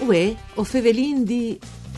Uè, o Fevelin di...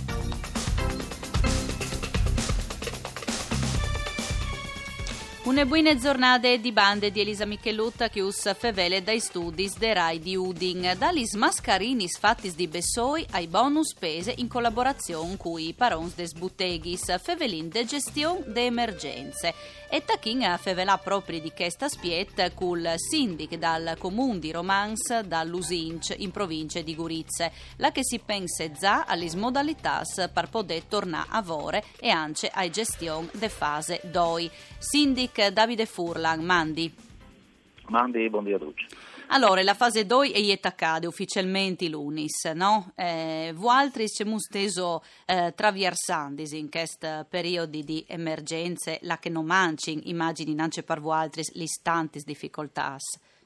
Une buone giornate di bande di Elisa Michelutta che us fevele dai studi de Rai di Udin, dagli mascarinis fattis di Bessoi ai bonus spese in collaborazione con i parons des butteghis, fevelin de gestione de emergenze. E tachin a fevelà proprio di questa spiet col sindic dal comune di Romans, dall'Usinc, in provincia di Gurizze, la che si pensa già alle modalità per poter tornare a vore e anche ai gestione de fase 2. Sindic Davide Furlan, Mandi, buongiorno a tutti. Allora, la fase 2 è attaccata ufficialmente l'unis, no? Voaltri siamo steso traversando in questo periodo di emergenze, la che non manci, immagini, non c'è per voaltri le istanti difficoltà.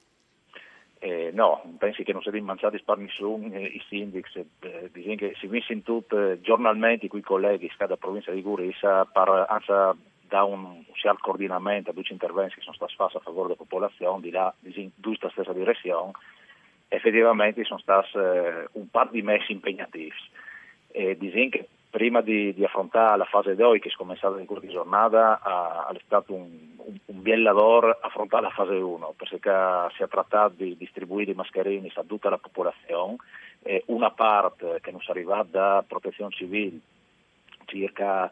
No, pensi che non siete mangiati per nessuno, i sindici, dicono che si vincono tutti giornalmente con i colleghi da provincia di Gurissa per da un certo coordinamento a due interventi che sono stati fatti a favore della popolazione, di là, in questa stessa direzione, effettivamente sono stati un par di mesi impegnativi. Dicono che prima di affrontare la fase 2, che è cominciata in corso di giornata, è stato un bel lavoro affrontare la fase 1, perché si è trattato di distribuire i mascherini a tutta la popolazione, una parte che non si arriva da protezione civile, circa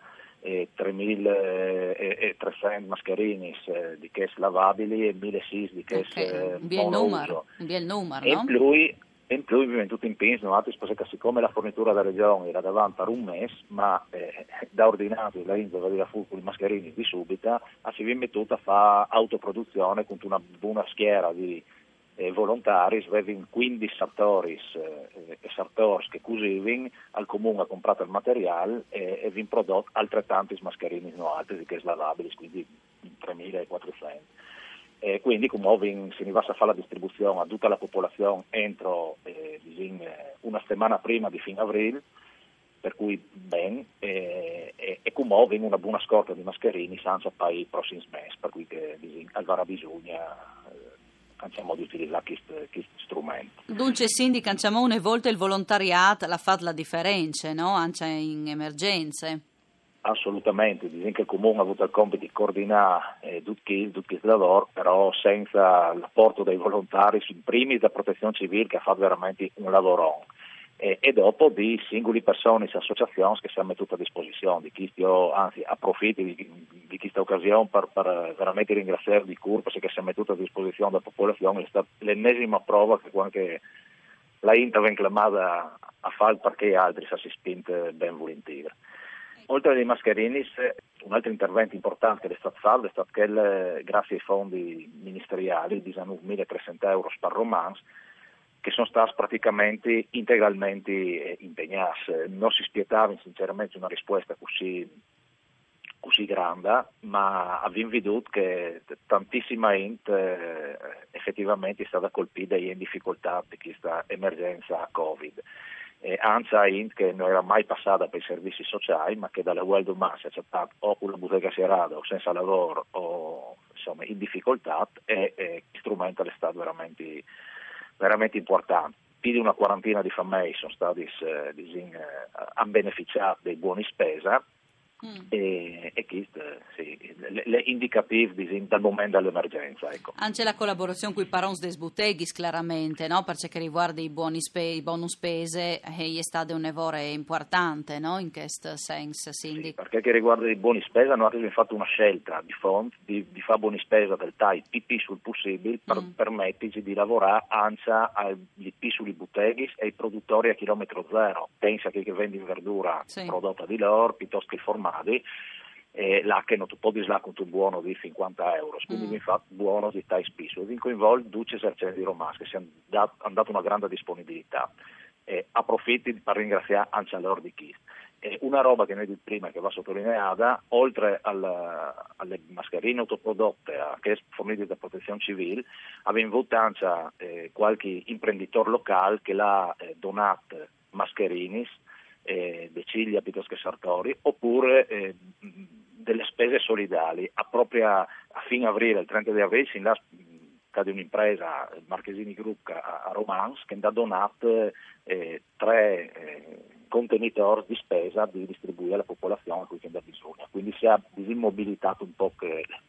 3.300 mascherini di che lavabili e 1.600 di che monouso. Un bel numero, no? E in più viene tutto in pensione, perché siccome la fornitura della regione era davanti per un mese, ma da ordinato la India aveva fuoco i mascherini di subito, si viene mettuta a fare autoproduzione con una buona schiera di volontari, avevano 15 sartori e sartori che cosivano, al comune ha comprato il materiale e vi prodotto altrettanti mascherini no altri che slavabili, quindi 3.400. Quindi come si va a fare la distribuzione a tutta la popolazione entro una settimana prima di fine aprile, per cui ben, e come una buona scorta di mascherini senza poi i prossimi mesi, per cui che alvara bisogna canciamo di utilizzare questo strumento. Dunque, Cindy, canciamo una volta il volontariato l'ha fatto la differenza, no? Anche in emergenze. Assolutamente, dicono che il comune ha avuto il compito di coordinare tutto questo lavoro, però senza l'apporto dei volontari, in primis da protezione civile che ha fatto veramente un lavoro. E dopo di singoli persone e associazioni che si hanno messo a disposizione di chi anzi approfitto di questa occasione per veramente ringraziare di Curpes che si è messo a disposizione della popolazione. È stata l'ennesima prova che anche la Inter viene chiamata a fare perché altri si spinto ben volentieri. Oltre ai mascherini, un altro intervento importante che è stato fatto è stato che grazie ai fondi ministeriali di 1.300 euro per Romans, che sono stati praticamente integralmente impegnati. Non si spietava sinceramente una risposta così grande, ma abbiamo veduto che tantissima gente effettivamente è stata colpita e in difficoltà di questa emergenza Covid. Anzi, gente che non era mai passata per i servizi sociali, ma che dalle World Mass è accettata o con la bottega serrata o senza lavoro o insomma in difficoltà, e strumento è stato veramente importante. Più di una quarantina di famiglie sono stati hanno beneficiato dei buoni spesa e questo le indicative dal momento dell'emergenza. Ecco. Anche la collaborazione con i parents des butteghis, chiaramente, no? Perché riguarda i bonus spese è stato un lavoro importante, no? In questo senso, sì, perché che riguarda i buoni spesa noi abbiamo fatto una scelta di fondo di fare buoni spesa del type più sul possibile per permetterci di lavorare anche agli più sui butteghis e ai produttori a chilometro zero. Pensa che vendi verdura prodotta di loro piuttosto che i formaggi, là che non tu puoi disla con un buono di 50 euro, quindi mi fa buono di tai spisso. Vi coinvolto 2 esercenti di Romas che hanno dato una grande disponibilità. Approfitti per ringraziare anche a loro di chi. Una roba che noi di prima che va sottolineata, oltre alle mascherine autoprodotte che è fornite da protezione civile, abbiamo avuto anche qualche imprenditore locale che l'ha donato mascherini, deciglia piuttosto che sartori, oppure delle spese solidali a fine aprile, il 30 di aprile, di un'impresa, il Marchesini Group a Romans, che ha donato 3 contenitori di spesa di distribuire alla popolazione a cui ha bisogno. Quindi si è mobilitato un po'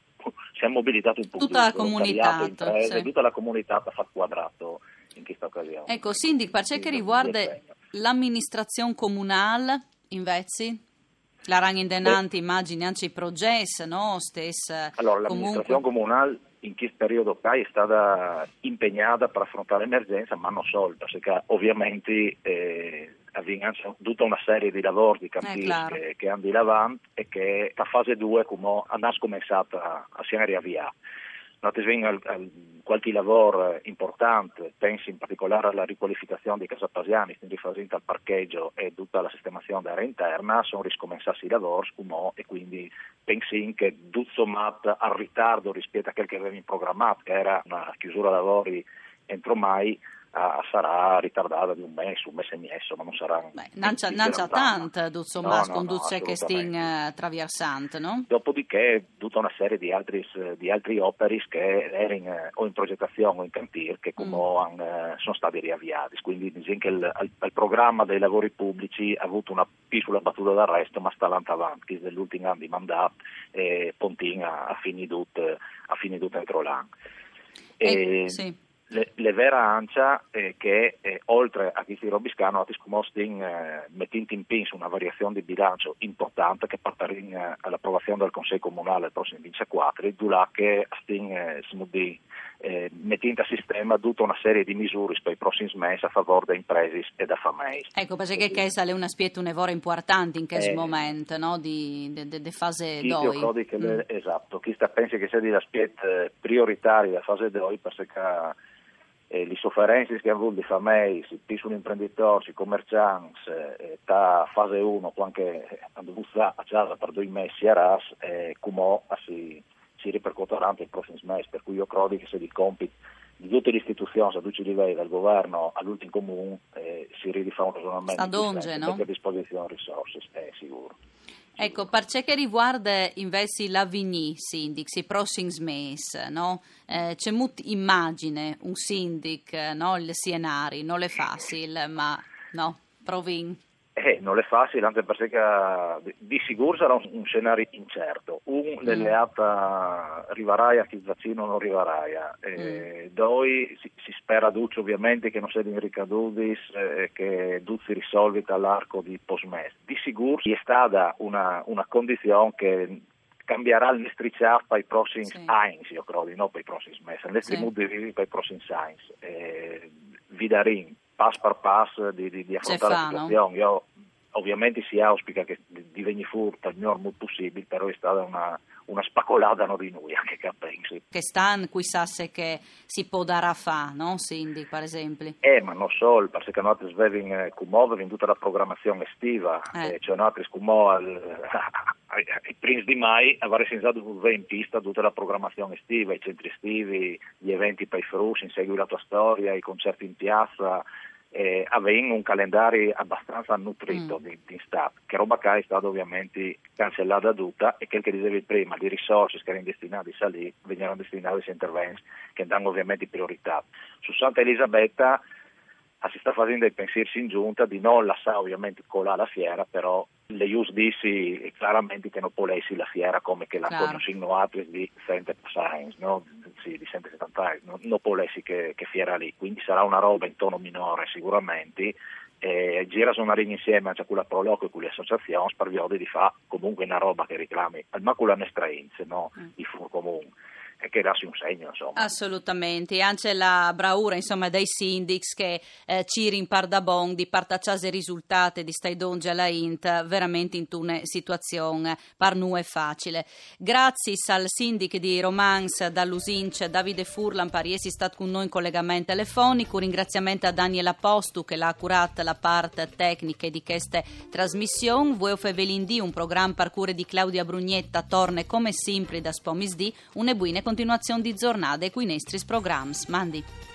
tutta la comunità, imprese, tutta la comunità ha fatto quadrato in questa occasione. Ecco, Sindic, per ciò che riguarda l'amministrazione comunale, invece, la rang indenante, immagini anche i progetti, no? Allora, l'amministrazione comunale in questo periodo è stata impegnata per affrontare l'emergenza, ma non solo, perché ovviamente avviene tutta una serie di lavori di cantieri che hanno di avanti e che la fase 2 come hanno cominciato a si riavviare. Noi qualche lavoro importante, pensi in particolare alla riqualificazione di Casa Pasiani, quindi riferito al parcheggio e tutta la sistemazione dell'area interna, sono riscommensati i lavori e quindi pensi che tutto sommato al ritardo rispetto a quel che avevamo programmato, che era una chiusura lavori entro mai, sarà ritardata di un mese e mezzo, ma non sarà... non c'è tanto, insomma, che stiamo traversando, no? Dopodiché tutta una serie di altri opere che erano o in progettazione o in cantiere che sono stati riavviati, quindi diciamo che il programma dei lavori pubblici ha avuto una piccola battuta d'arresto, ma sta andando avanti, dell'ultimo anno di mandato e Pontin ha finito entro l'anno. Sì. Le vera ancia che oltre a questi robiscano mettendo in pinza una variazione di bilancio importante che partirà all'approvazione del Consiglio Comunale il prossimo 24, dove che mettendo a sistema tutta una serie di misure per i prossimi mesi a favore delle imprese e da famiglie. Ecco, perché questa è una spietta un lavoro importante in questo momento, no? di fase 2. Esatto, chi sta pensa che sia di la spietta prioritaria della fase 2 perché le sofferenze che hanno avuto le famiglie, i piccoli imprenditori, i commercianti, da fase 1, quando hanno dovuto stare a casa per 2 mesi a ras, come si ripercuoteranno i prossimi mesi, per cui io credo che se i compiti di tutte le istituzioni a tutti i livelli, dal governo all'ultimo comune, si rifà un ragionamento a disposizione di risorse, è sicuro. Ecco, per ciò che riguarda invece l'avvenì, Sindic, i prossimi mesi, no? C'è molta immagine, un Sindic, no? Il scenario, non è facile, ma no, provi. Non è facile, anche perché di sicuro sarà un scenario incerto. L'eleata arriverà, chi il vaccino non arriverà. Doi si spera duccio ovviamente che non siano ricaduti, che tutto si risolvi all'arco di post-mese. Di sicuro è stata una condizione che cambierà il nostro ciappa ai prossimi anni, io credo, non per i prossimi mesi, il nostro modo di vivere per i prossimi anni. Vidarin, passo per passo di affrontare la situazione. Io, ovviamente si auspica che diventi furto il minor modo possibile, però è stata una spacolata di noi, anche che pensi. Che stanno qui sasse che si può dare a fa, no? Sindic, per esempio. Ma non solo, perché noi svegliamo come in tutta la programmazione estiva, cioè noi come ai primi di mai avrei sensato in pista tutta la programmazione estiva, i centri estivi, gli eventi per i frusci, insegui la tua storia, i concerti in piazza, avendo un calendario abbastanza nutrito di Stato, che roba che è stata ovviamente cancellata tutta e che dicevi prima, le risorse che erano destinate a lì venivano destinate a interventi che danno ovviamente priorità. Su Santa Elisabetta si sta facendo dei pensieri in giunta di non lasciare ovviamente colare la fiera, però le use dissi chiaramente che non può essere la fiera come che la conoscono altri di Sente Science, no? Sì, di Sente 70, non può essere che fiera lì, quindi sarà una roba in tono minore sicuramente. Gira su una linea insieme a quella proloquio e con le associazioni per via di fa comunque una roba che reclami ma con la nostra inizio, no? I fur comune e che darsi un segno, insomma. Assolutamente, e anche la bravura, insomma, dei sindics che ci rimparda bon di partacciare i risultati di stai donge alla int veramente in una situazione per noi facile. Grazie al sindic di Romans dall'Usinc Davide Furlan per essere stato con noi in collegamento telefonico. Un ringraziamento a Daniela Postu che l'ha curata la parte tecnica di queste trasmissioni. Voi Fevelindì, un programma per cure di Claudia Brugnetta, torna come sempre da Spomisdì, una buona continuazione di giornate con i nostri programmi. Mandi.